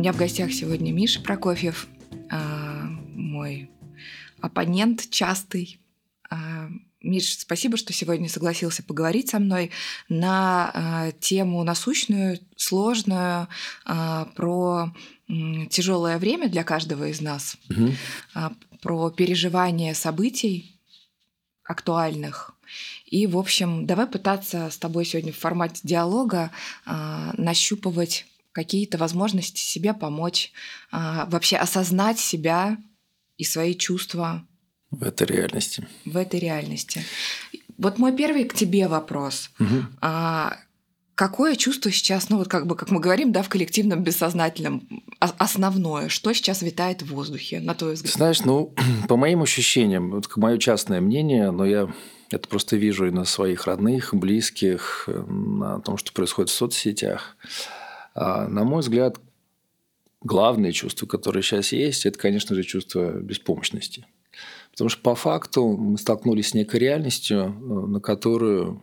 меня в гостях сегодня Миша Прокофьев, мой оппонент частый. Миш, спасибо, что сегодня согласился поговорить со мной на тему насущную, сложную, про тяжелое время для каждого из нас, про переживание событий актуальных. И, в общем, давай пытаться с тобой сегодня в формате диалога нащупывать какие-то возможности себе помочь, вообще осознать себя и свои чувства в этой реальности. В этой реальности. Вот мой первый к тебе вопрос. Какое чувство сейчас, как мы говорим, да, в коллективном бессознательном, основное, что сейчас витает в воздухе, на твой взгляд? Знаешь, по моим ощущениям, мое частное мнение, но я это просто вижу и на своих родных, близких, на том, что происходит в соцсетях. На мой взгляд, главное чувство, которое сейчас есть, это, конечно же, чувство беспомощности. Потому что по факту мы столкнулись с некой реальностью, на которую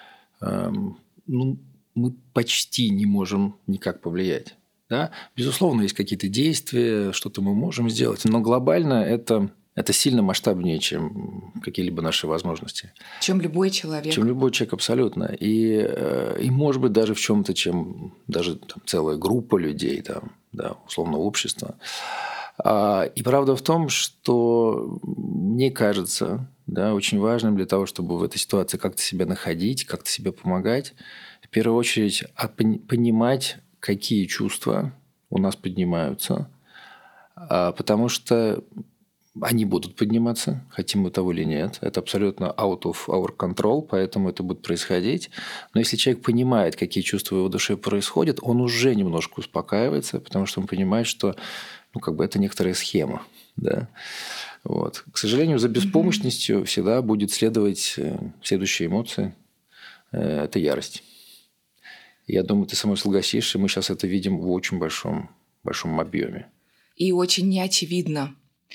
мы почти не можем никак повлиять. Да? Безусловно, есть какие-то действия, что-то мы можем сделать, но глобально это сильно масштабнее, чем какие-либо наши возможности. Чем любой человек. Чем любой человек, абсолютно. И может быть, даже в чем-то, чем даже целая группа людей, условно, общество. И правда в том, что мне кажется, очень важным для того, чтобы в этой ситуации как-то себя находить, как-то себе помогать, в первую очередь понимать, какие чувства у нас поднимаются, потому что они будут подниматься, хотим мы того или нет. Это абсолютно out of our control, поэтому это будет происходить. Но если человек понимает, какие чувства в его душе происходят, он уже немножко успокаивается, потому что он понимает, что это некоторая схема. Да? Вот. К сожалению, за беспомощностью всегда будет следовать следующая эмоция – это ярость. Я думаю, ты со мной согласишься, мы сейчас это видим в очень большом объеме. И очень неочевидно,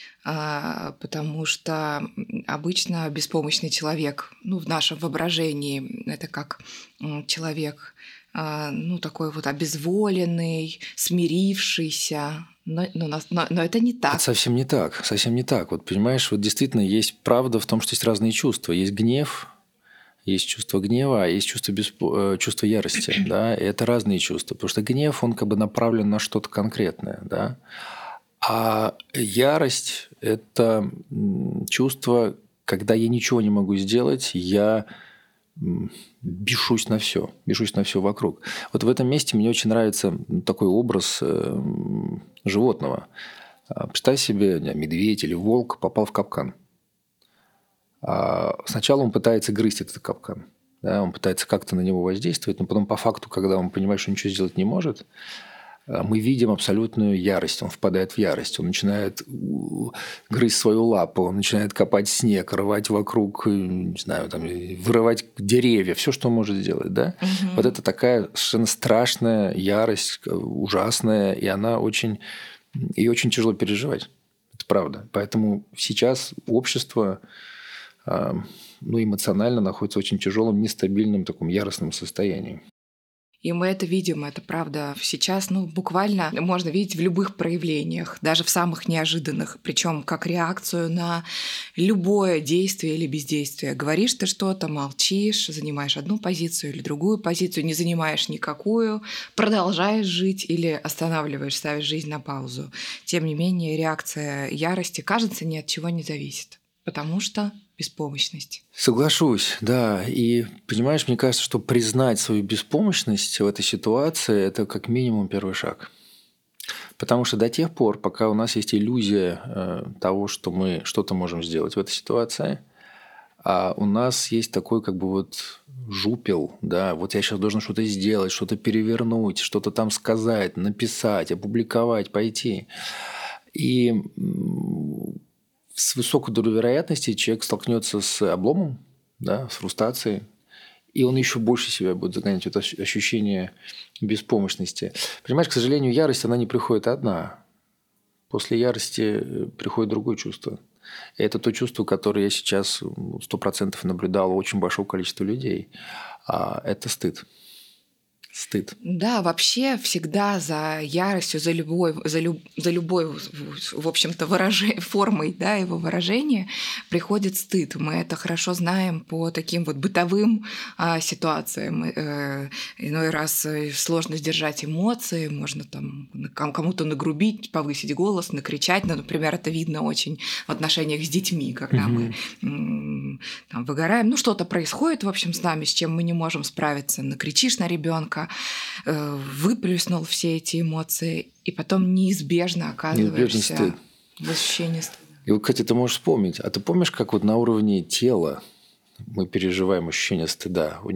потому что обычно беспомощный человек, в нашем воображении, это как человек, такой обезволенный, смирившийся. Но это не так. Это совсем не так. Совсем не так. Понимаешь, действительно есть правда в том, что есть разные чувства. Есть гнев, есть чувство гнева, а есть чувство ярости. Да? И это разные чувства. Потому что гнев, он направлен на что-то конкретное. Да? А ярость – это чувство, когда я ничего не могу сделать, я бешусь на все вокруг. В этом месте мне очень нравится такой образ животного. Представь себе, медведь или волк попал в капкан. Сначала он пытается грызть этот капкан. Да, он пытается как-то на него воздействовать, но потом по факту, когда он понимает, что ничего сделать не может, мы видим абсолютную ярость. Он впадает в ярость. Он начинает грызть свою лапу, он начинает копать снег, рвать вокруг, не знаю, вырывать деревья, все, что он может сделать. Да? Угу. Это такая совершенно страшная ярость, ужасная, и она очень тяжело переживать. Это правда. Поэтому сейчас общество эмоционально находится в очень тяжелом, нестабильном, таком яростном состоянии. И мы это видим, это правда. Сейчас, буквально можно видеть в любых проявлениях, даже в самых неожиданных, причем как реакцию на любое действие или бездействие. Говоришь ты что-то, молчишь, занимаешь одну позицию или другую позицию, не занимаешь никакую, продолжаешь жить или останавливаешь, ставишь жизнь на паузу. Тем не менее, реакция ярости, кажется, ни от чего не зависит, потому что беспомощность. Соглашусь, да. И, понимаешь, мне кажется, что признать свою беспомощность в этой ситуации – это как минимум первый шаг. Потому что до тех пор, пока у нас есть иллюзия того, что мы что-то можем сделать в этой ситуации, а у нас есть такой жупел, да, я сейчас должен что-то сделать, что-то перевернуть, что-то там сказать, написать, опубликовать, пойти. И с высокой долей вероятности человек столкнется с обломом, да, с фрустрацией, и он еще больше себя будет загонять в это ощущение беспомощности. Понимаешь, к сожалению, ярость, она не приходит одна. После ярости приходит другое чувство. И это то чувство, которое я сейчас 100% наблюдал у очень большого количества людей. Это стыд. Стыд. Да, вообще всегда за яростью, за любой, в общем-то, формой, да, его выражения приходит стыд. Мы это хорошо знаем по таким вот бытовым ситуациям. Иной раз сложно сдержать эмоции, можно там кому-то нагрубить, повысить голос, накричать. Ну, например, это видно очень в отношениях с детьми, когда мы там выгораем. Ну, что-то происходит, в общем, с нами, с чем мы не можем справиться. Накричишь на ребенка, выплеснул все эти эмоции, и потом неизбежно оказываешься в ощущении стыда. И вот, кстати, ты можешь вспомнить, а ты помнишь, как вот на уровне тела мы переживаем ощущение стыда? У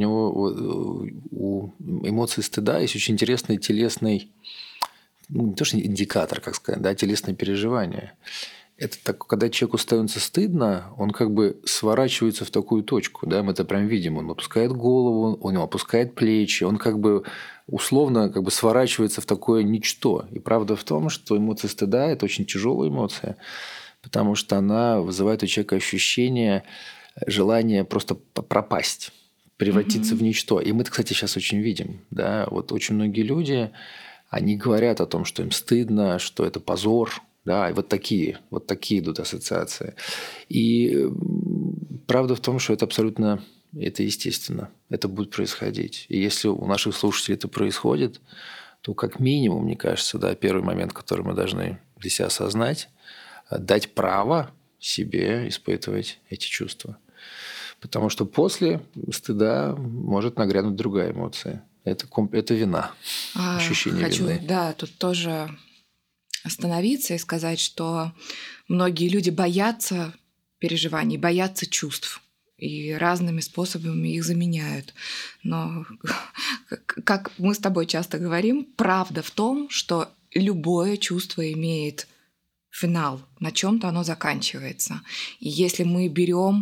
эмоций стыда есть очень интересный телесный, не то что индикатор, как сказать, да, телесное переживание. Это так, когда человеку становится стыдно, он как бы сворачивается в такую точку, да, мы это прям видим, он опускает голову, он опускает плечи, он как бы условно как бы сворачивается в такое ничто. И правда в том, что эмоция стыда – это очень тяжелая эмоция, потому что она вызывает у человека ощущение желания просто пропасть, превратиться в ничто. И мы это, кстати, сейчас очень видим, да, вот очень многие люди, они говорят о том, что им стыдно, что это позор. Да, и вот такие идут ассоциации. И правда в том, что это абсолютно естественно. Это будет происходить. И если у наших слушателей это происходит, то как минимум, мне кажется, да, первый момент, который мы должны для себя осознать, дать право себе испытывать эти чувства. Потому что после стыда может нагрянуть другая эмоция. Это вина, ощущение вины. Да, тут тоже остановиться и сказать, что многие люди боятся переживаний, боятся чувств и разными способами их заменяют. Но, как мы с тобой часто говорим, правда в том, что любое чувство имеет финал, на чем-то оно заканчивается. И если мы берем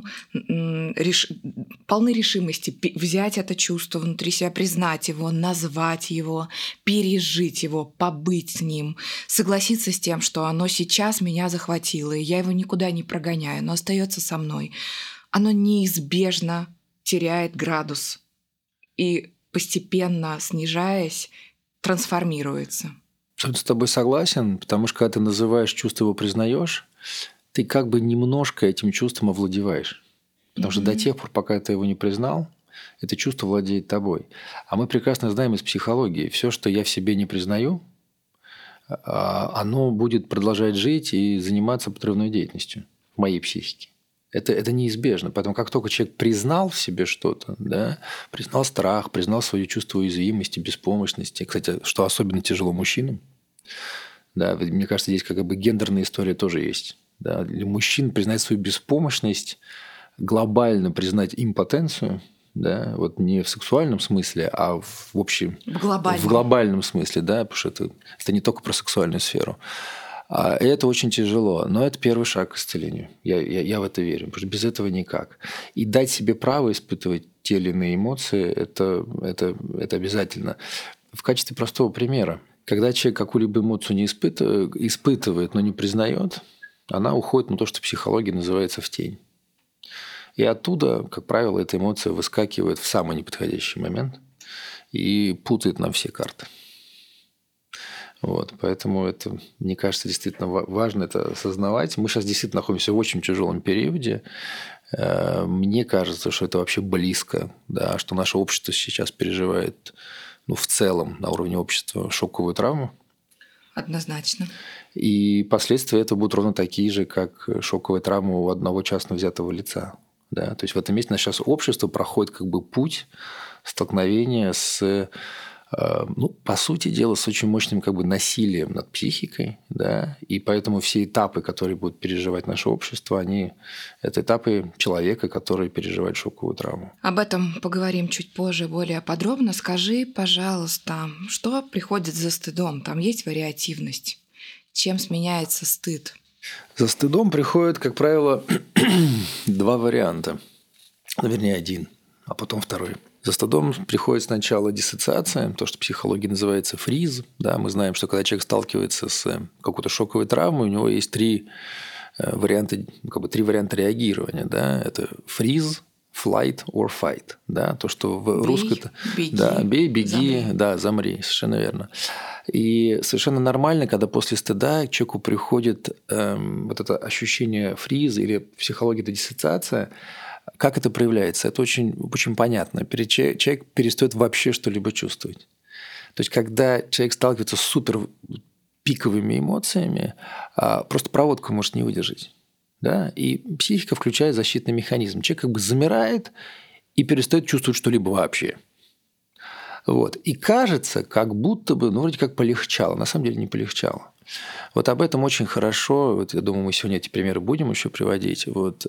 полны решимости взять это чувство внутри себя, признать его, назвать его, пережить его, побыть с ним, согласиться с тем, что оно сейчас меня захватило, и я его никуда не прогоняю, оно остается со мной, оно неизбежно теряет градус и постепенно, снижаясь, трансформируется. Абсолютно с тобой согласен, потому что когда ты называешь чувство, его признаешь, ты как бы немножко этим чувством овладеваешь. Потому что до тех пор, пока ты его не признал, это чувство владеет тобой. А мы прекрасно знаем из психологии, все, что я в себе не признаю, оно будет продолжать жить и заниматься подрывной деятельностью в моей психике. Это неизбежно. Поэтому как только человек признал в себе что-то, да, признал страх, признал свое чувство уязвимости, беспомощности, кстати, что особенно тяжело мужчинам, да, мне кажется, здесь как бы гендерная история тоже есть. Да. Для мужчин признать свою беспомощность, глобально признать импотенцию, да, вот не в сексуальном смысле, а в общем, в глобальном смысле, да, потому что это не только про сексуальную сферу. И это очень тяжело, но это первый шаг к исцелению. Я в это верю, потому что без этого никак. И дать себе право испытывать те или иные эмоции – это обязательно. В качестве простого примера, когда человек какую-либо эмоцию не испытывает, но не признает, она уходит на то, что в психологии называется в тень. И оттуда, как правило, эта эмоция выскакивает в самый неподходящий момент и путает нам все карты. Вот, поэтому это, мне кажется, действительно важно это осознавать. Мы сейчас действительно находимся в очень тяжелом периоде. Мне кажется, что это вообще близко, да, что наше общество сейчас переживает, в целом на уровне общества шоковую травму. Однозначно. И последствия этого будут ровно такие же, как шоковая травма у одного частно взятого лица. Да? То есть в этом месте наше сейчас общество проходит как бы путь столкновения с... по сути дела, с очень мощным как бы насилием над психикой, да, и поэтому все этапы, которые будут переживать наше общество, это этапы человека, который переживает шоковую травму. Об этом поговорим чуть позже, более подробно. Скажи, пожалуйста, что приходит за стыдом? Там есть вариативность? Чем сменяется стыд? За стыдом приходит, как правило, два варианта. Вернее, один, а потом второй. За стыдом приходит сначала диссоциация, то, что в психологии называется фриз. Да, мы знаем, что когда человек сталкивается с какой-то шоковой травмой, у него есть три варианта реагирования. Да? Это фриз, flight or fight, да, то, что в русском... Беги, да, бей, беги, замри. да, замри, совершенно верно. И совершенно нормально, когда после стыда к человеку приходит вот это ощущение фриза или в психологии это диссоциация. Как это проявляется? Это очень, очень понятно. Человек перестает вообще что-либо чувствовать. То есть, когда человек сталкивается с супер пиковыми эмоциями, просто проводку может не выдержать. Да? И психика включает защитный механизм. Человек как бы замирает и перестает чувствовать что-либо вообще. Вот. И кажется, как будто бы, вроде как полегчало. На самом деле не полегчало. Вот об этом очень хорошо, вот я думаю, мы сегодня эти примеры будем еще приводить. Вот,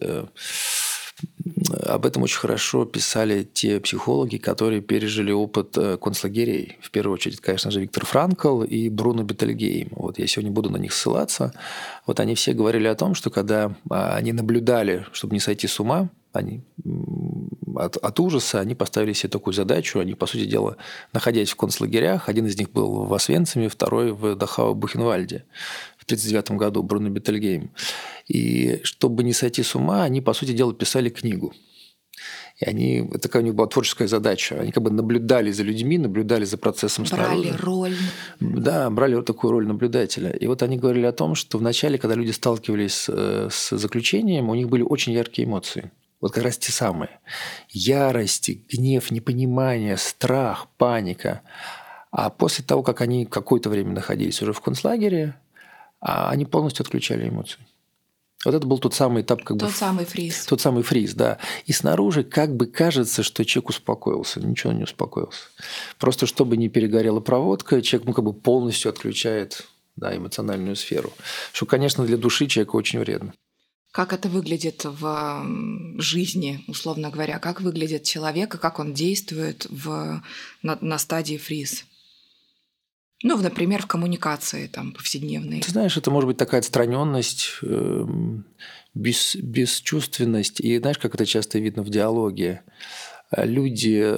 об этом очень хорошо писали те психологи, которые пережили опыт концлагерей. В первую очередь, конечно же, Виктор Франкл и Бруно Бетельгейм. Вот я сегодня буду на них ссылаться. Вот они все говорили о том, что когда они наблюдали, чтобы не сойти с ума, они от ужаса, они поставили себе такую задачу. Они, по сути дела, находясь в концлагерях, один из них был в Освенциме, второй в Дахау-Бухенвальде в 1939 году, Бруно Бетельгейм. И чтобы не сойти с ума, они, по сути дела, писали книгу. И такая у них была творческая задача. Они как бы наблюдали за людьми, наблюдали за процессом снаружи. Брали роль. Да, брали вот такую роль наблюдателя. И вот они говорили о том, что вначале, когда люди сталкивались с заключением, у них были очень яркие эмоции. Вот как раз те самые. Ярость, гнев, непонимание, страх, паника. А после того, как они какое-то время находились уже в концлагере, они полностью отключали эмоции. Вот это был тот самый этап, Тот самый фриз. Тот самый фриз, да. И снаружи как бы кажется, что человек успокоился. Ничего не успокоился. Просто чтобы не перегорела проводка, человек как бы полностью отключает, да, эмоциональную сферу. Что, конечно, для души человека очень вредно. Как это выглядит в жизни, условно говоря? Как выглядит человек и как он действует на стадии фриз? Например, в коммуникации там, повседневной. Ты знаешь, это может быть такая отстраненность, бесчувственность. И знаешь, как это часто видно в диалоге? Люди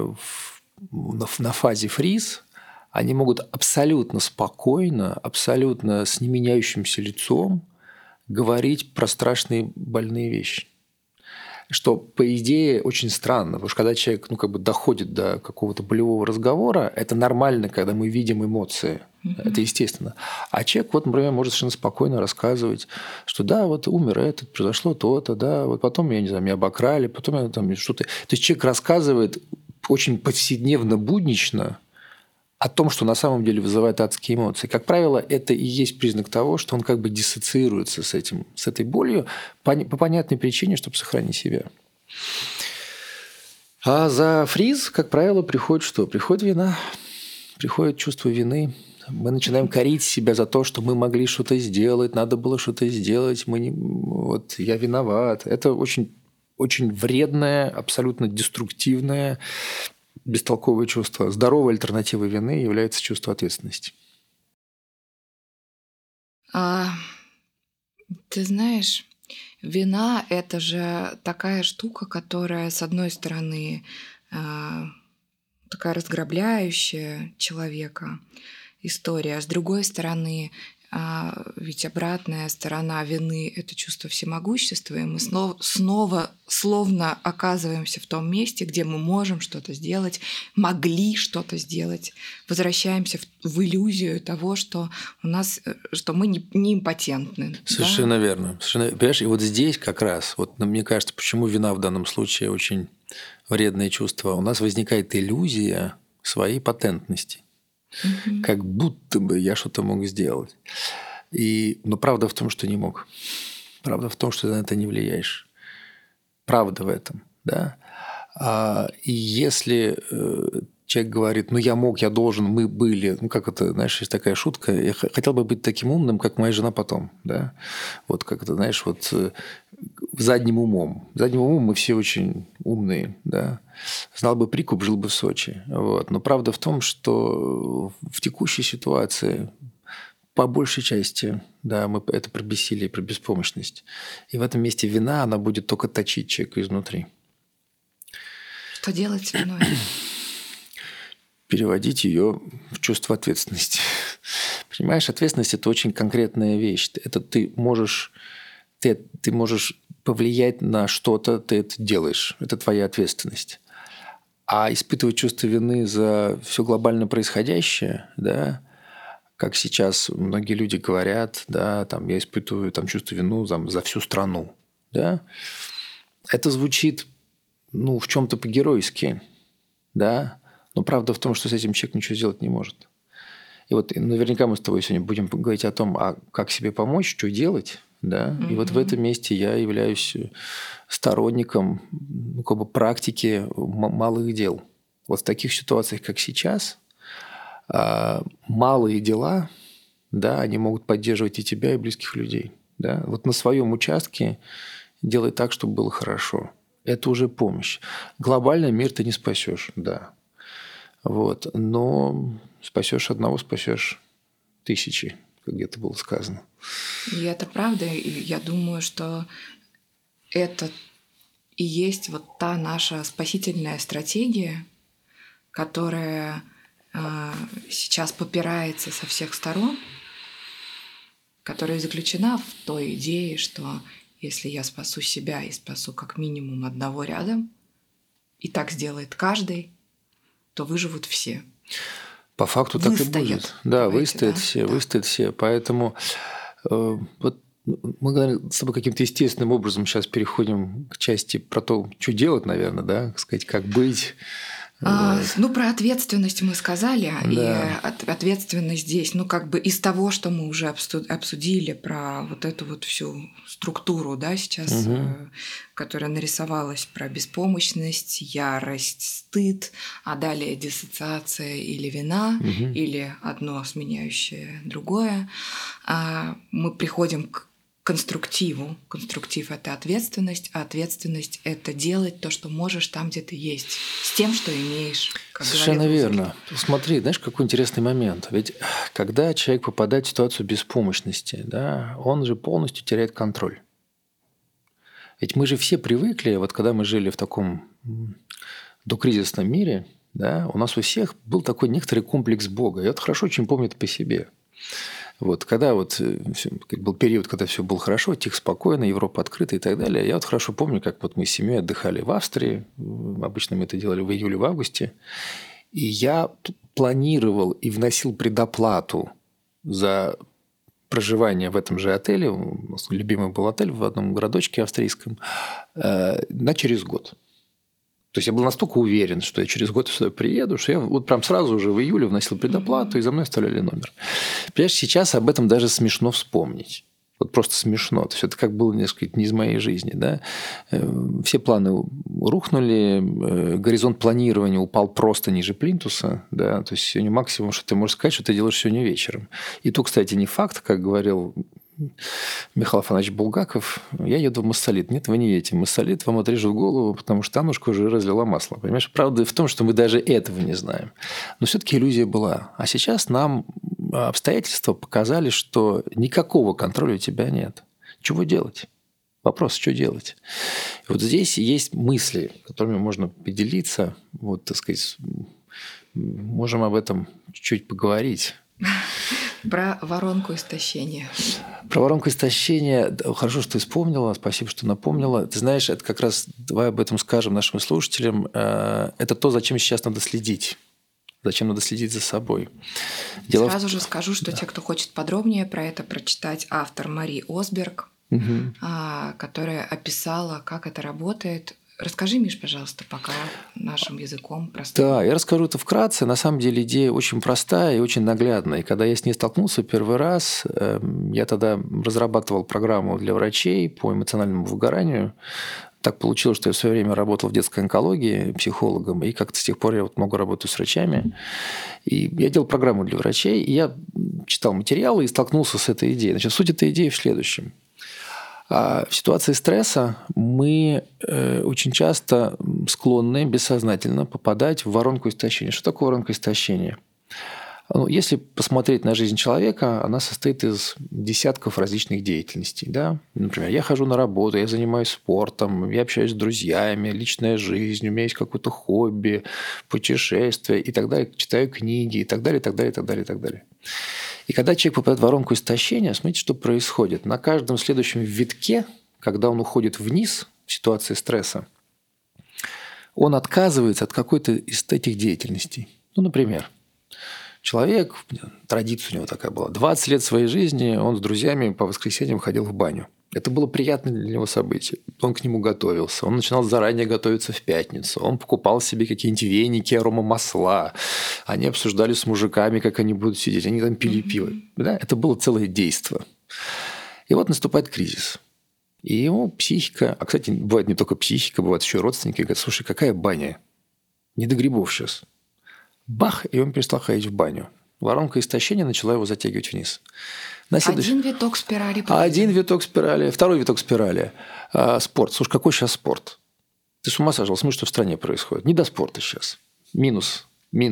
на фазе фриз, они могут абсолютно спокойно, абсолютно с неменяющимся лицом говорить про страшные больные вещи. Что, по идее, очень странно, потому что когда человек доходит до какого-то болевого разговора, это нормально, когда мы видим эмоции. Это естественно. А человек, например, может совершенно спокойно рассказывать, что да, вот умер этот, произошло то-то, да, вот потом, я не знаю, меня обокрали, потом я там что-то... То есть человек рассказывает очень повседневно, буднично о том, что на самом деле вызывает адские эмоции. Как правило, это и есть признак того, что он как бы диссоциируется с этой болью по понятной причине, чтобы сохранить себя. А за фриз, как правило, приходит что? Приходит вина, приходит чувство вины. Мы начинаем корить себя за то, что мы могли что-то сделать, надо было что-то сделать, я виноват. Это очень, очень вредное, абсолютно деструктивное, бестолковое чувство. Здоровой альтернативой вины является чувство ответственности. Ты знаешь, вина – это же такая штука, которая, с одной стороны, такая разграбляющая человека история, а с другой стороны, ведь обратная сторона вины – это чувство всемогущества, и мы снова словно оказываемся в том месте, где мы можем что-то сделать, могли что-то сделать, возвращаемся в иллюзию того, что мы не импотентны. Совершенно верно. Понимаешь, и вот здесь как раз, мне кажется, почему вина в данном случае очень вредное чувство, у нас возникает иллюзия своей потентности. Как будто бы я что-то мог сделать. Но правда в том, что не мог. Правда в том, что ты на это не влияешь. Правда в этом. Да? И если человек говорит, я мог, я должен, мы были, как это, знаешь, есть такая шутка, я хотел бы быть таким умным, как моя жена потом. Да? Вот как это, знаешь, задним умом. Задним умом мы все очень умные, да. Знал бы прикуп, жил бы в Сочи. Но правда в том, что в текущей ситуации по большей части, да, это про бессилие, про беспомощность. И в этом месте вина, она будет только точить человека изнутри. Что делать с виной? Переводить ее в чувство ответственности. Понимаешь, ответственность – это очень конкретная вещь. Это ты можешь повлиять на что-то, ты это делаешь. Это твоя ответственность. А испытывать чувство вины за все глобально происходящее, да, как сейчас многие люди говорят, да, там, я испытываю там, чувство вины за всю страну, да, это звучит, в чем-то по-геройски, да, но правда в том, что с этим человек ничего сделать не может. И вот наверняка мы с тобой сегодня будем говорить о том, как себе помочь, что делать, да, и вот в этом месте я являюсь сторонником практики малых дел. Вот в таких ситуациях, как сейчас, малые дела, да, они могут поддерживать и тебя, и близких людей. Да? Вот на своем участке делай так, чтобы было хорошо. Это уже помощь. Глобальный мир ты не спасешь, да. Вот. Но спасешь одного, спасешь тысячи, как где-то было сказано. И это правда. И я думаю, что это и есть вот та наша спасительная стратегия, которая сейчас попирается со всех сторон, которая заключена в той идее, что если я спасу себя и спасу как минимум одного рядом, и так сделает каждый, то выживут все. По факту так и будет. Да, выстоят все, выстоят все. Поэтому вот мы с тобой каким-то естественным образом сейчас переходим к части про то, что делать, наверное, да, сказать, как быть. Про ответственность мы сказали, да. И ответственность здесь, из того, что мы уже обсудили про вот эту вот всю структуру, да, сейчас, которая нарисовалась, про беспомощность, ярость, стыд, а далее диссоциация или вина, или одно сменяющее другое, мы приходим к конструктиву. Конструктив – это ответственность, а ответственность – это делать то, что можешь там, где ты есть, с тем, что имеешь. Совершенно верно. Смотри, знаешь, какой интересный момент. Ведь когда человек попадает в ситуацию беспомощности, да, он же полностью теряет контроль. Ведь мы же все привыкли, вот когда мы жили в таком докризисном мире, да, у нас у всех был такой некоторый комплекс Бога. Я хорошо очень помню это по себе. Вот, когда был период, когда все было хорошо, тихо, спокойно, Европа открыта и так далее, я хорошо помню, как мы с семьей отдыхали в Австрии, обычно мы это делали в июле, в августе, и я планировал и вносил предоплату за проживание в этом же отеле, у нас любимый был отель в одном городочке австрийском, на через год. То есть я был настолько уверен, что я через год сюда приеду, что я вот прям сразу уже в июле вносил предоплату, и за мной оставляли номер. Понимаешь, сейчас об этом даже смешно вспомнить. Вот просто смешно. То есть это как было, несколько не из моей жизни. Да? Все планы рухнули, горизонт планирования упал просто ниже плинтуса. Да? То есть сегодня максимум, что ты можешь сказать, что ты делаешь сегодня вечером. И то, кстати, не факт, как говорил Михаил Афанасьевич Булгаков, я еду в Массолит. Нет, вы не едете в Массолит, вам отрежут голову, потому что Аннушка уже разлила масло. Понимаешь, правда в том, что мы даже этого не знаем. Но все-таки иллюзия была. А сейчас нам обстоятельства показали, что никакого контроля у тебя нет. Чего делать? Вопрос, что делать? И вот здесь есть мысли, которыми можно поделиться. Вот, так сказать, можем об этом чуть-чуть поговорить. Про воронку истощения. Про воронку истощения. Хорошо, что ты вспомнила. Спасибо, что напомнила. Ты знаешь, это как раз, давай об этом скажем нашим слушателям. Это то, зачем сейчас надо следить. Зачем надо следить за собой. Сразу же скажу, что те, кто хочет подробнее про это прочитать, автор Мари Осберг, которая описала, как это работает. Расскажи, Миш, пожалуйста, пока нашим языком простым. Да, я расскажу это вкратце. На самом деле идея очень простая и очень наглядная. И когда я с ней столкнулся первый раз, я тогда разрабатывал программу для врачей по эмоциональному выгоранию. Так получилось, что я в свое время работал в детской онкологии психологом, и как-то с тех пор я много работаю с врачами. И я делал программу для врачей, и я читал материалы и столкнулся с этой идеей. Значит, суть этой идеи в следующем. В ситуации стресса мы очень часто склонны бессознательно попадать в воронку истощения. Что такое воронка истощения? Если посмотреть на жизнь человека, она состоит из десятков различных деятельностей. Да? Например, я хожу на работу, я занимаюсь спортом, я общаюсь с друзьями, личная жизнь, у меня есть какое-то хобби, путешествия и так далее, читаю книги и так далее, и так далее, и так далее, и так далее. И когда человек попадает в воронку истощения, смотрите, что происходит. На каждом следующем витке, когда он уходит вниз в ситуации стресса, он отказывается от какой-то из этих деятельностей. Ну, например, человек, традиция у него такая была, 20 лет своей жизни он с друзьями по воскресеньям ходил в баню. Это было приятное для него событие. Он к нему готовился. Он начинал заранее готовиться в пятницу. Он покупал себе какие-нибудь веники, аромамасла. Они обсуждали с мужиками, как они будут сидеть. Они там пили пиво. Да? Это было целое действо. И вот наступает кризис. И его психика... А, кстати, бывает не только психика, бывают еще и родственники. Говорят, слушай, какая баня? Не до грибов сейчас. Бах, и он перестал ходить в баню. Воронка истощения начала его затягивать вниз. Один виток спирали. Один виток спирали. Второй виток спирали. Спорт. Слушай, какой сейчас спорт? Ты с ума сошел? Смотри, что в стране происходит. Не до спорта сейчас. Минус.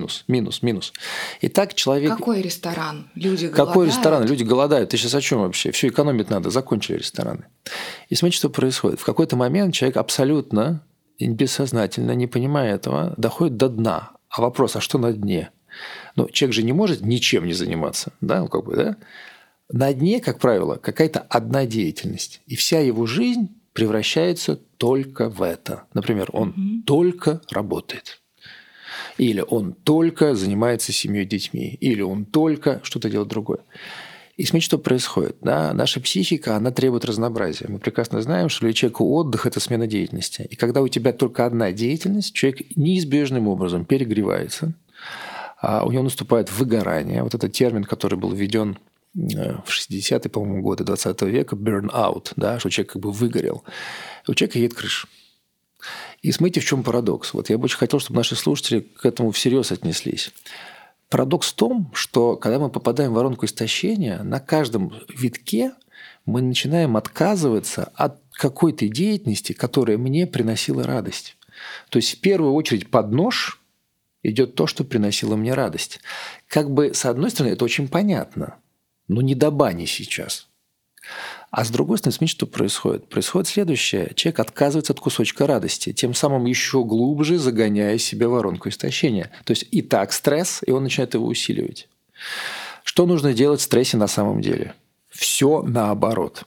И так человек... Какой ресторан? Люди голодают. Какой ресторан? Люди голодают. Ты сейчас о чем вообще? Все экономить надо. Закончили рестораны. И смотри, что происходит. В какой-то момент человек абсолютно бессознательно, не понимая этого, доходит до дна. А вопрос, а что на дне? Ну, человек же не может ничем не заниматься. Да? Ну, как бы, да? На дне, как правило, какая-то одна деятельность. И вся его жизнь превращается только в это. Например, он только работает. Или он только занимается семьей, детьми. Или он только что-то делает другое. И смотрите, что происходит. Да? Наша психика, она требует разнообразия. Мы прекрасно знаем, что для человека отдых – это смена деятельности. И когда у тебя только одна деятельность, человек неизбежным образом перегревается, у него наступает выгорание. Вот этот термин, который был введен в 60-е, по-моему, годы 20 века, burnout, да, что человек как бы выгорел. И у человека едет крыша. И смотрите, в чем парадокс. Вот я бы очень хотел, чтобы наши слушатели к этому всерьез отнеслись. Парадокс в том, что когда мы попадаем в воронку истощения, на каждом витке мы начинаем отказываться от какой-то деятельности, которая мне приносила радость. То есть в первую очередь под нож идет то, что приносило мне радость. Как бы с одной стороны это очень понятно, но не до бани сейчас. А с другой стороны, смотрите, что происходит. Происходит следующее. Человек отказывается от кусочка радости, тем самым еще глубже загоняя себя в воронку истощения. То есть и так стресс, и он начинает его усиливать. Что нужно делать в стрессе на самом деле? Все наоборот.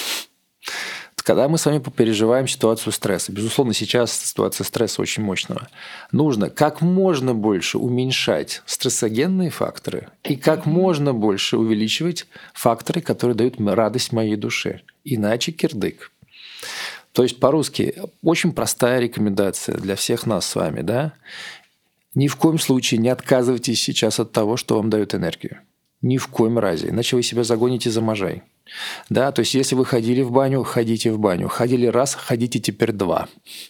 Когда мы с вами попереживаем ситуацию стресса, безусловно, сейчас ситуация стресса очень мощного, нужно как можно больше уменьшать стрессогенные факторы и как можно больше увеличивать факторы, которые дают радость моей душе. Иначе кирдык. То есть по-русски очень простая рекомендация для всех нас с вами. Да? Ни в коем случае не отказывайтесь сейчас от того, что вам дает энергию. Ни в коем разе, иначе вы себя загоните за можай. Да, то есть, если вы ходили в баню, ходите в баню. Ходили раз, ходите теперь два.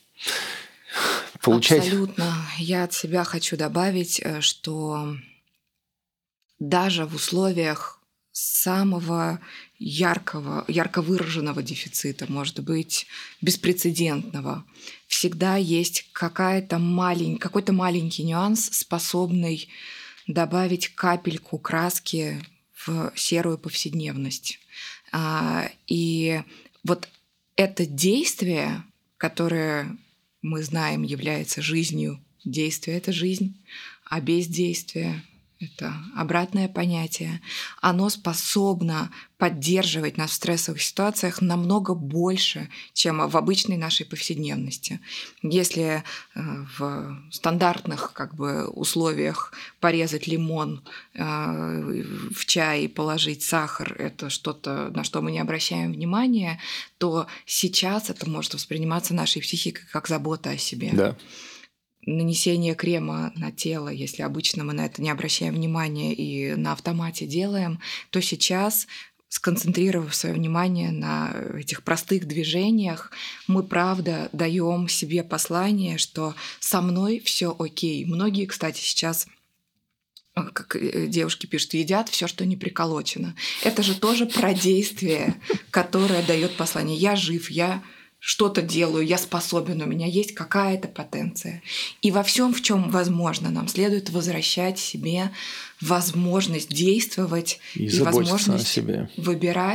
Абсолютно. Я от себя хочу добавить, что даже в условиях самого ярко выраженного дефицита, может быть, беспрецедентного, всегда есть какой-то маленький нюанс, способный добавить капельку краски в серую повседневность. И вот это действие, которое мы знаем является жизнью, действие – это жизнь, а бездействие – это обратное понятие, оно способно поддерживать нас в стрессовых ситуациях намного больше, чем в обычной нашей повседневности. Если в стандартных условиях порезать лимон в чай и положить сахар – это что-то, на что мы не обращаем внимания, то сейчас это может восприниматься нашей психикой как забота о себе. Да. Нанесение крема на тело, если обычно мы на это не обращаем внимания и на автомате делаем, то сейчас, сконцентрировав свое внимание на этих простых движениях, мы правда даем себе послание, что со мной все окей. Многие, кстати, сейчас, как девушки пишут, едят все, что не приколочено. Это же тоже про действие, которое дает послание. Я жив, я что-то делаю, я способен, у меня есть какая-то потенция. И во всем, в чем возможно, нам следует возвращать себе возможность действовать и возможность выбирать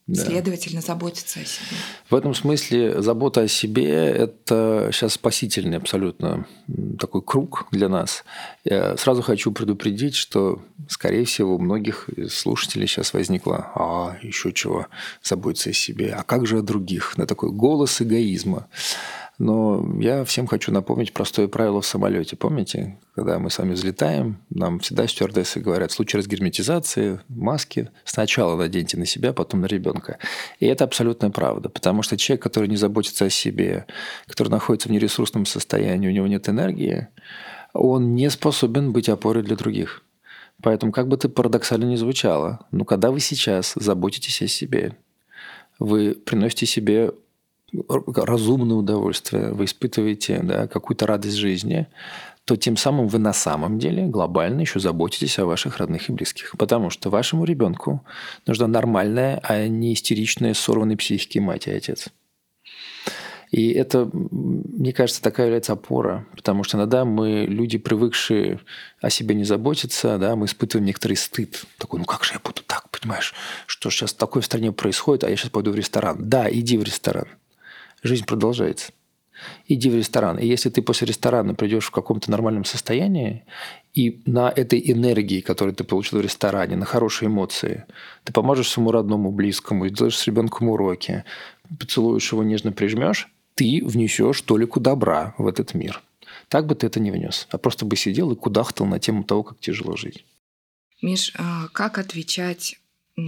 Да. Следовательно, заботиться о себе. В этом смысле забота о себе – это сейчас спасительный абсолютно такой круг для нас. Я сразу хочу предупредить, что, скорее всего, у многих слушателей сейчас возникло еще чего, заботиться о себе, а как же о других? На такой голос эгоизма. Но я всем хочу напомнить простое правило в самолете. Помните, когда мы с вами взлетаем, нам всегда стюардессы говорят, в случае разгерметизации маски сначала наденьте на себя, потом на ребенка. И это абсолютная правда, потому что человек, который не заботится о себе, который находится в нересурсном состоянии, у него нет энергии, он не способен быть опорой для других. Поэтому, как бы это парадоксально ни звучало, но когда вы сейчас заботитесь о себе, вы приносите себе разумное удовольствие, вы испытываете какую-то радость жизни, то тем самым вы на самом деле глобально еще заботитесь о ваших родных и близких. Потому что вашему ребенку нужна нормальная, а не истеричная, сорванной психики мать и отец. И это, мне кажется, такая является опора, потому что иногда мы, люди, привыкшие о себе не заботиться, мы испытываем некоторый стыд. Такой, как же я буду так, понимаешь, что сейчас такое в стране происходит, а я сейчас пойду в ресторан. Да, иди в ресторан. Жизнь продолжается. Иди в ресторан. И если ты после ресторана придешь в каком-то нормальном состоянии, и на этой энергии, которую ты получил в ресторане, на хорошие эмоции, ты поможешь своему родному, близкому, сделаешь с ребенком уроки, поцелуешь его, нежно прижмешь, ты внесешь толику добра в этот мир. Так бы ты это не внес, а просто бы сидел и кудахтал на тему того, как тяжело жить. Миш, как отвечать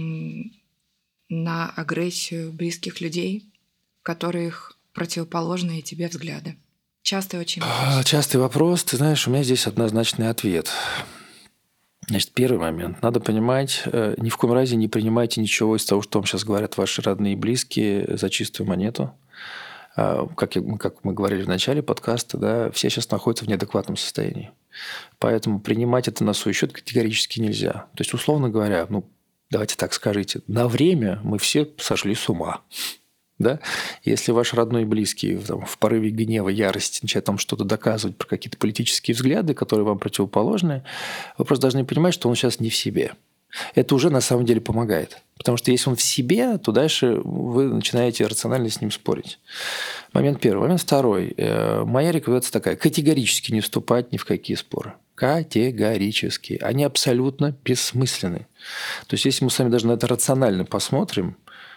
на агрессию близких людей, которых противоположные тебе взгляды? Частый очень вопрос. Частый вопрос. Ты знаешь, у меня здесь однозначный ответ. Значит, первый момент. Надо понимать, ни в коем разе не принимайте ничего из того, что вам сейчас говорят ваши родные и близкие, за чистую монету. Как мы говорили в начале подкаста, все сейчас находятся в неадекватном состоянии. Поэтому принимать это на свой счет категорически нельзя. То есть, условно говоря, давайте так скажите, на время мы все сошли с ума. Да? Если ваш родной и близкий в порыве гнева, ярости начинает там что-то доказывать про какие-то политические взгляды, которые вам противоположны, вы просто должны понимать, что он сейчас не в себе. Это уже на самом деле помогает. Потому что если он в себе, то дальше вы начинаете рационально с ним спорить. Момент первый. Момент второй. Моя рекомендация такая. Категорически не вступать ни в какие споры. Категорически. Они абсолютно бессмысленны. То есть, если мы с вами даже на это рационально посмотрим,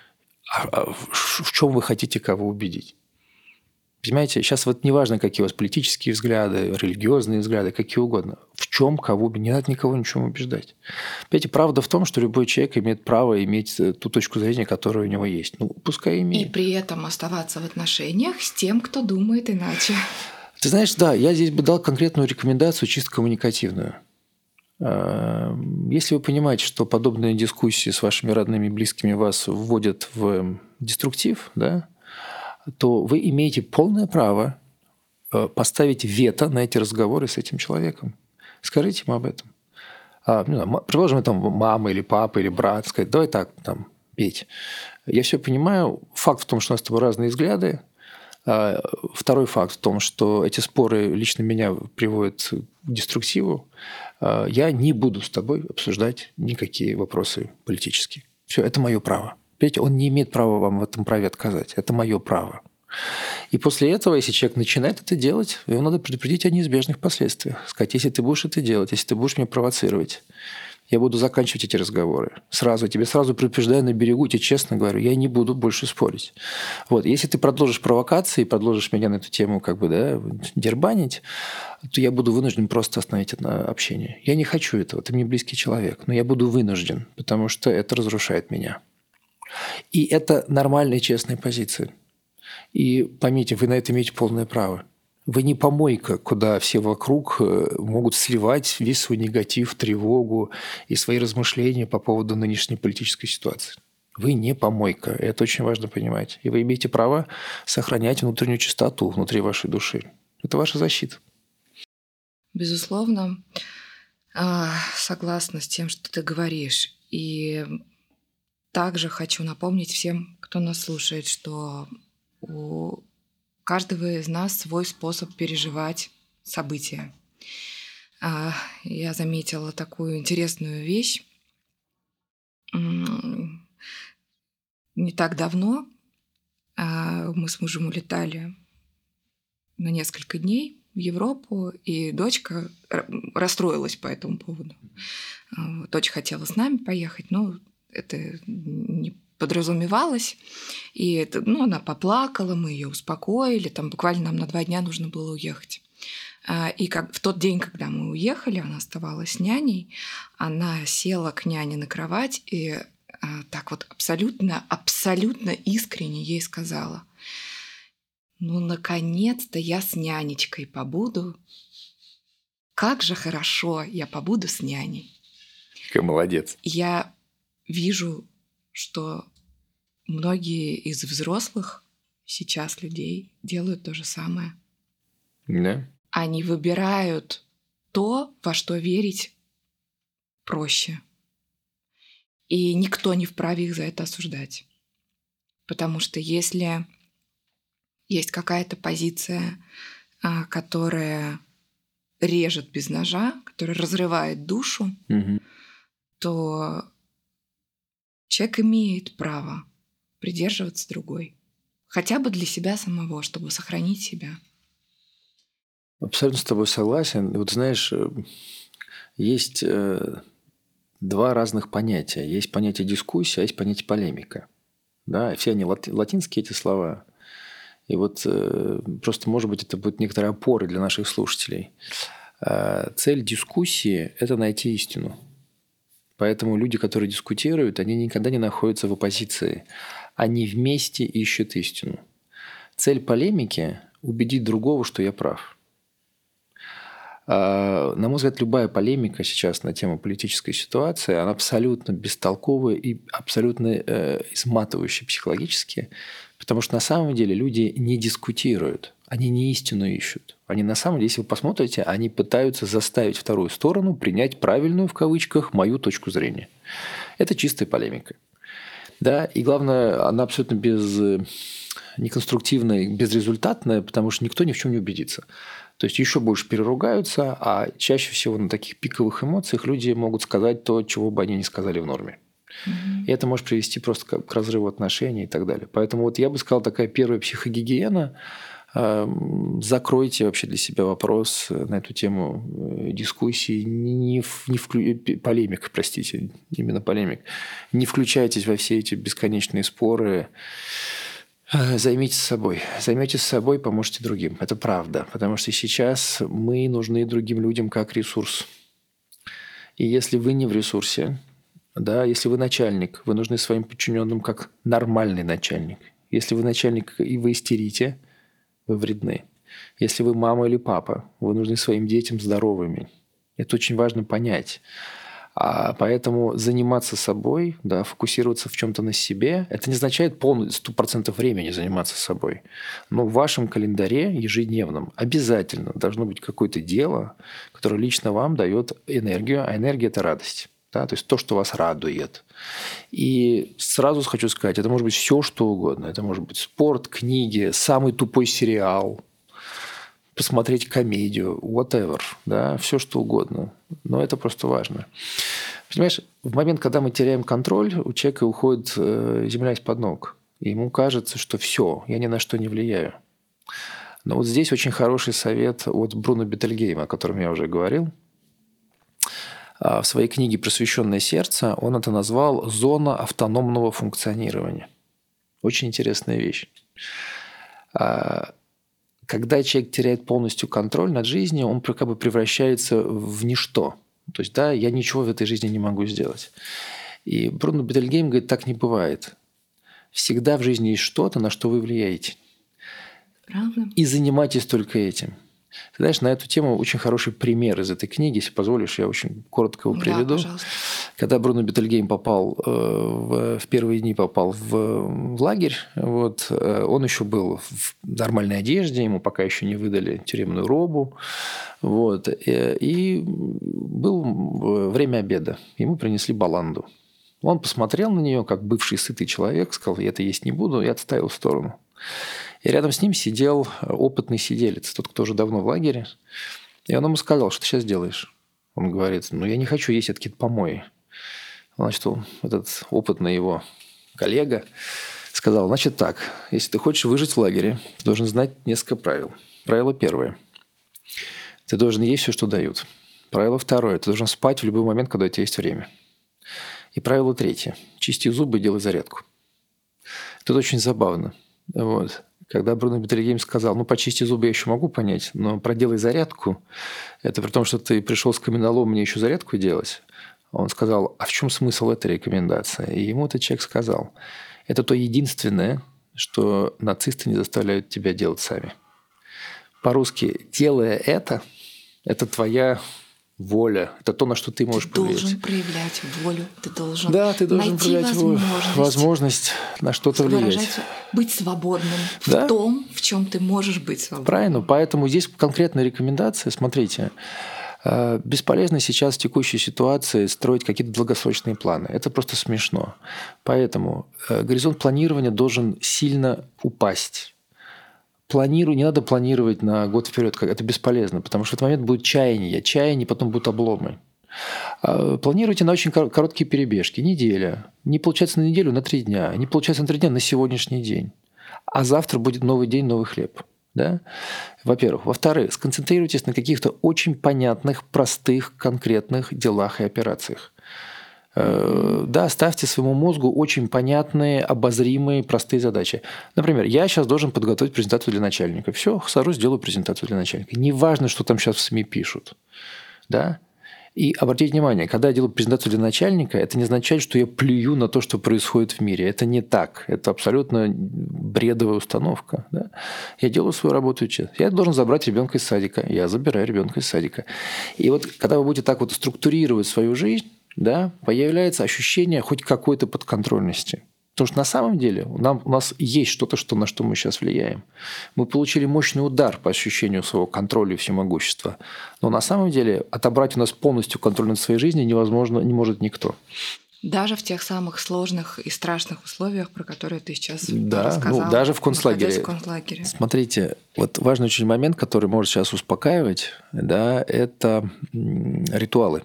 в чем вы хотите кого убедить? Понимаете, сейчас вот неважно, какие у вас политические взгляды, религиозные взгляды, какие угодно. В чем кого убедить? Не надо никого ничем убеждать. Понимаете, правда в том, что любой человек имеет право иметь ту точку зрения, которая у него есть. Пускай имеет. И при этом оставаться в отношениях с тем, кто думает иначе. Ты знаешь, я здесь бы дал конкретную рекомендацию, чисто коммуникативную. Если вы понимаете, что подобные дискуссии с вашими родными и близкими вас вводят в деструктив, то вы имеете полное право поставить вето на эти разговоры с этим человеком. Скажите ему об этом. Предложим, мама или папа или брат, сказать, давай так, Петь. Я все понимаю. Факт в том, что у нас с тобой разные взгляды. Второй факт в том, что эти споры лично меня приводят к деструктиву. Я не буду с тобой обсуждать никакие вопросы политические. Все, это мое право. Понимаете, он не имеет права вам в этом праве отказать. Это мое право. И после этого, если человек начинает это делать, его надо предупредить о неизбежных последствиях. Сказать, если ты будешь это делать, если ты будешь меня провоцировать, я буду заканчивать эти разговоры. Я тебе сразу предупреждаю на берегу, тебе честно говорю, я не буду больше спорить. Если ты продолжишь провокации, продолжишь меня на эту тему дербанить, то я буду вынужден просто остановить это общение. Я не хочу этого, ты мне близкий человек, но я буду вынужден, потому что это разрушает меня. И это нормальная честная позиция. И поймите, вы на это имеете полное право. Вы не помойка, куда все вокруг могут сливать весь свой негатив, тревогу и свои размышления по поводу нынешней политической ситуации. Вы не помойка, это очень важно понимать. И вы имеете право сохранять внутреннюю чистоту внутри вашей души. Это ваша защита. Безусловно, согласна с тем, что ты говоришь. И также хочу напомнить всем, кто нас слушает, что у каждого из нас свой способ переживать события. Я заметила такую интересную вещь. не так давно мы с мужем улетали на несколько дней в Европу, и дочка расстроилась по этому поводу. Дочь хотела с нами поехать, но это не подразумевалось. И она поплакала, мы ее успокоили. Там буквально нам на 2 дня нужно было уехать. И в тот день, когда мы уехали, она оставалась с няней, она села к няне на кровать и так вот абсолютно искренне ей сказала: «Ну, наконец-то я с нянечкой побуду. Как же хорошо я побуду с няней». Какая молодец. Я вижу, что многие из взрослых сейчас людей делают то же самое. Да. Они выбирают то, во что верить проще. И никто не вправе их за это осуждать. Потому что если есть какая-то позиция, которая режет без ножа, которая разрывает душу, то человек имеет право придерживаться другой. Хотя бы для себя самого, чтобы сохранить себя. Абсолютно с тобой согласен. Вот знаешь, есть 2 разных понятия. Есть понятие дискуссия, а есть понятие полемика. Да, все они латинские, эти слова. И вот просто, может быть, это будет некоторая опора для наших слушателей. Цель дискуссии – это найти истину. Поэтому люди, которые дискутируют, они никогда не находятся в оппозиции. Они вместе ищут истину. Цель полемики – убедить другого, что я прав. На мой взгляд, любая полемика сейчас на тему политической ситуации, она абсолютно бестолковая и абсолютно изматывающая психологически, потому что на самом деле люди не дискутируют, они не истину ищут. Они на самом деле, если вы посмотрите, они пытаются заставить вторую сторону принять правильную, в кавычках, мою точку зрения. Это чистая полемика. Да? И главное, она абсолютно неконструктивная, безрезультатная, потому что никто ни в чем не убедится. То есть еще больше переругаются, а чаще всего на таких пиковых эмоциях люди могут сказать то, чего бы они не сказали в норме. И это может привести просто к разрыву отношений и так далее. Поэтому вот я бы сказал, такая первая психогигиена. Закройте вообще для себя вопрос на эту тему дискуссии, полемик, простите, именно полемик. Не включайтесь во все эти бесконечные споры. Займитесь собой. Займитесь собой, поможете другим. Это правда. Потому что сейчас мы нужны другим людям как ресурс. И если вы не в ресурсе, да, если вы начальник, вы нужны своим подчиненным как нормальный начальник. Если вы начальник и вы истерите, вы вредны. Если вы мама или папа, вы нужны своим детям здоровыми. Это очень важно понять. Поэтому заниматься собой, да, фокусироваться в чем-то на себе, это не означает полностью 100% времени заниматься собой. Но в вашем календаре ежедневном обязательно должно быть какое-то дело, которое лично вам дает энергию, а энергия – это радость. Да, то есть то, что вас радует. И сразу хочу сказать, это может быть все, что угодно. Это может быть спорт, книги, самый тупой сериал, посмотреть комедию, whatever, да, все что угодно. Но это просто важно. Понимаешь, в момент, когда мы теряем контроль, у человека уходит земля из-под ног. И ему кажется, что все, я ни на что не влияю. Но вот здесь очень хороший совет от Бруно Бетельгейма, о котором я уже говорил. В своей книге «Просвещенное сердце» он это назвал «зона автономного функционирования». Очень интересная вещь. Когда человек теряет полностью контроль над жизнью, он как бы превращается в ничто. То есть, да, я ничего в этой жизни не могу сделать. И Бруно Бетельгейм говорит, так не бывает. Всегда в жизни есть что-то, на что вы влияете. Правда? И занимайтесь только этим. Ты знаешь, на эту тему очень хороший пример из этой книги. Если позволишь, я очень коротко его приведу. Да, когда Бруно Бетельгейм в первые дни попал в лагерь, вот, он еще был в нормальной одежде, ему пока еще не выдали тюремную робу. Вот, и было время обеда. Ему принесли баланду. Он посмотрел на нее, как бывший сытый человек, сказал, я это есть не буду, и отставил в сторону. И рядом с ним сидел опытный сиделец, тот, кто уже давно в лагере. И он ему сказал, что ты сейчас делаешь? Он говорит, я не хочу есть какие-то помои. Значит, этот опытный его коллега сказал, значит так, если ты хочешь выжить в лагере, ты должен знать несколько правил. Правило первое. Ты должен есть все, что дают. Правило второе. Ты должен спать в любой момент, когда у тебя есть время. И правило третье. Чисти зубы и делай зарядку. Тут очень забавно. Вот. Когда Бруно Бетельгейм сказал, почисти зубы я еще могу понять, но проделай зарядку, это при том, что ты пришел с каменоломом, мне еще зарядку делать. Он сказал, а в чем смысл этой рекомендации? И ему этот человек сказал, это то единственное, что нацисты не заставляют тебя делать сами. По-русски, делая это твоя воля. Это то, на что ты можешь повлиять. Ты должен проявлять волю. Ты должен ты должен проявлять возможность на что-то влиять. Быть свободным в том, в чем ты можешь быть свободным. Правильно. Поэтому здесь конкретная рекомендация. Смотрите, бесполезно сейчас в текущей ситуации строить какие-то долгосрочные планы. Это просто смешно. Поэтому горизонт планирования должен сильно упасть. Не надо планировать на год вперед, это бесполезно, потому что в этот момент будет чаяние, потом будут обломы. Планируйте на очень короткие перебежки, неделя. Не получается на неделю, на 3 дня. Не получается на 3 дня, на сегодняшний день. А завтра будет новый день, новый хлеб. Да? Во-первых. Во-вторых, сконцентрируйтесь на каких-то очень понятных, простых, конкретных делах и операциях. Ставьте своему мозгу очень понятные, обозримые, простые задачи. Например, я сейчас должен подготовить презентацию для начальника. Все, сажусь, делаю презентацию для начальника. Неважно, что там сейчас в СМИ пишут. Да? И обратите внимание, когда я делаю презентацию для начальника, это не означает, что я плюю на то, что происходит в мире. Это не так. Это абсолютно бредовая установка. Да? Я делаю свою работу честно. Я должен забрать ребенка из садика. Я забираю ребенка из садика. И вот когда вы будете так вот структурировать свою жизнь, появляется ощущение хоть какой-то подконтрольности. Потому что на самом деле у нас есть что-то, на что мы сейчас влияем. Мы получили мощный удар по ощущению своего контроля и всемогущества. Но на самом деле отобрать у нас полностью контроль над своей жизнью невозможно, не может никто. Даже в тех самых сложных и страшных условиях, про которые ты сейчас рассказал. Даже в концлагере. Смотрите, вот важный очень момент, который может сейчас успокаивать, это ритуалы.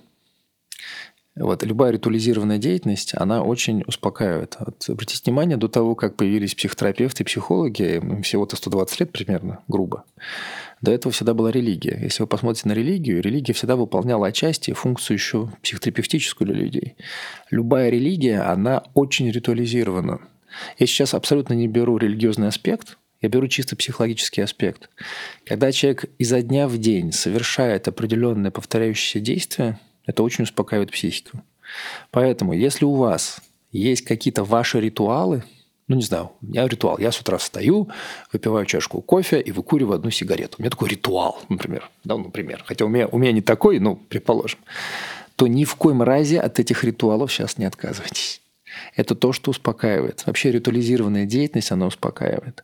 Любая ритуализированная деятельность, она очень успокаивает. Обратите внимание, до того, как появились психотерапевты и психологи, им всего-то 120 лет примерно, грубо, до этого всегда была религия. Если вы посмотрите на религию, религия всегда выполняла отчасти функцию еще психотерапевтическую для людей. Любая религия, она очень ритуализирована. Я сейчас абсолютно не беру религиозный аспект, я беру чисто психологический аспект. Когда человек изо дня в день совершает определенное повторяющееся действие, это очень успокаивает психику. Поэтому, если у вас есть какие-то ваши ритуалы, не знаю, у меня ритуал. Я с утра встаю, выпиваю чашку кофе и выкуриваю 1 сигарету. У меня такой ритуал, например. Хотя у меня не такой, предположим. То ни в коем разе от этих ритуалов сейчас не отказывайтесь. Это то, что успокаивает. Вообще ритуализированная деятельность, она успокаивает.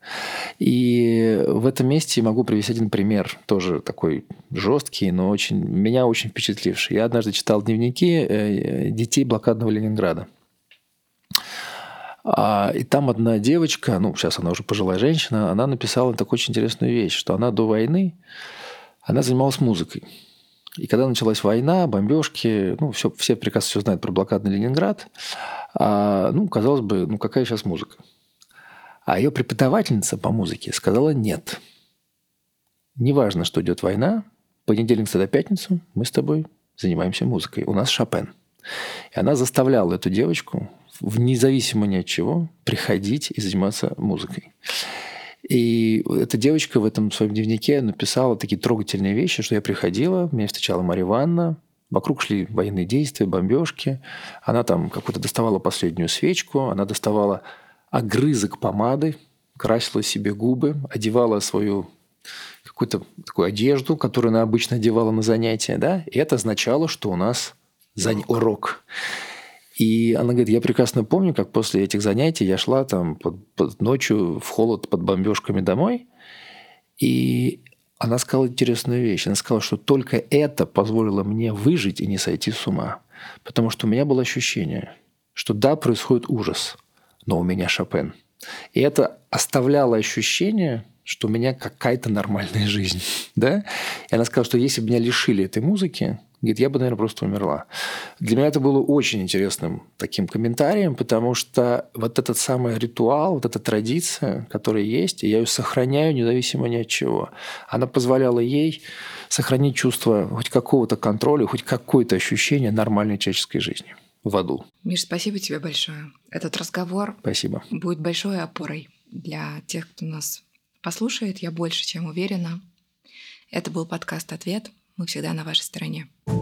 И в этом месте могу привести один пример, тоже такой жесткий, но меня очень впечатливший. Я однажды читал дневники детей блокадного Ленинграда. И там одна девочка, сейчас она уже пожилая женщина, она написала такую очень интересную вещь, что она до войны, она занималась музыкой. И когда началась война, бомбежки, все прекрасно все знают про блокадный Ленинград, казалось бы, какая сейчас музыка? А ее преподавательница по музыке сказала нет. Неважно, что идет война, понедельник до пятницу мы с тобой занимаемся музыкой. У нас Шопен. И она заставляла эту девочку, независимо ни от чего, приходить и заниматься музыкой. И эта девочка в этом своем дневнике написала такие трогательные вещи, что я приходила, меня встречала Марья Ивановна, вокруг шли военные действия, бомбежки. Она там какую-то доставала последнюю свечку, она доставала огрызок помады, красила себе губы, одевала свою какую-то такую одежду, которую она обычно одевала на занятия, и это означало, что у нас урок. И она говорит, я прекрасно помню, как после этих занятий я шла там под ночью в холод под бомбежками домой, и она сказала интересную вещь. Она сказала, что только это позволило мне выжить и не сойти с ума. Потому что у меня было ощущение, что происходит ужас, но у меня Шопен. И это оставляло ощущение, что у меня какая-то нормальная жизнь. И она сказала, что если бы меня лишили этой музыки, говорит, я бы, наверное, просто умерла. Для меня это было очень интересным таким комментарием, потому что вот этот самый ритуал, вот эта традиция, которая есть, и я ее сохраняю независимо ни от чего, она позволяла ей сохранить чувство хоть какого-то контроля, хоть какое-то ощущение нормальной человеческой жизни в аду. Миш, спасибо тебе большое. Этот разговор Спасибо. будет большой опорой для тех, кто нас послушает. Я больше чем уверена. Это был подкаст «Ответ». Мы всегда на вашей стороне.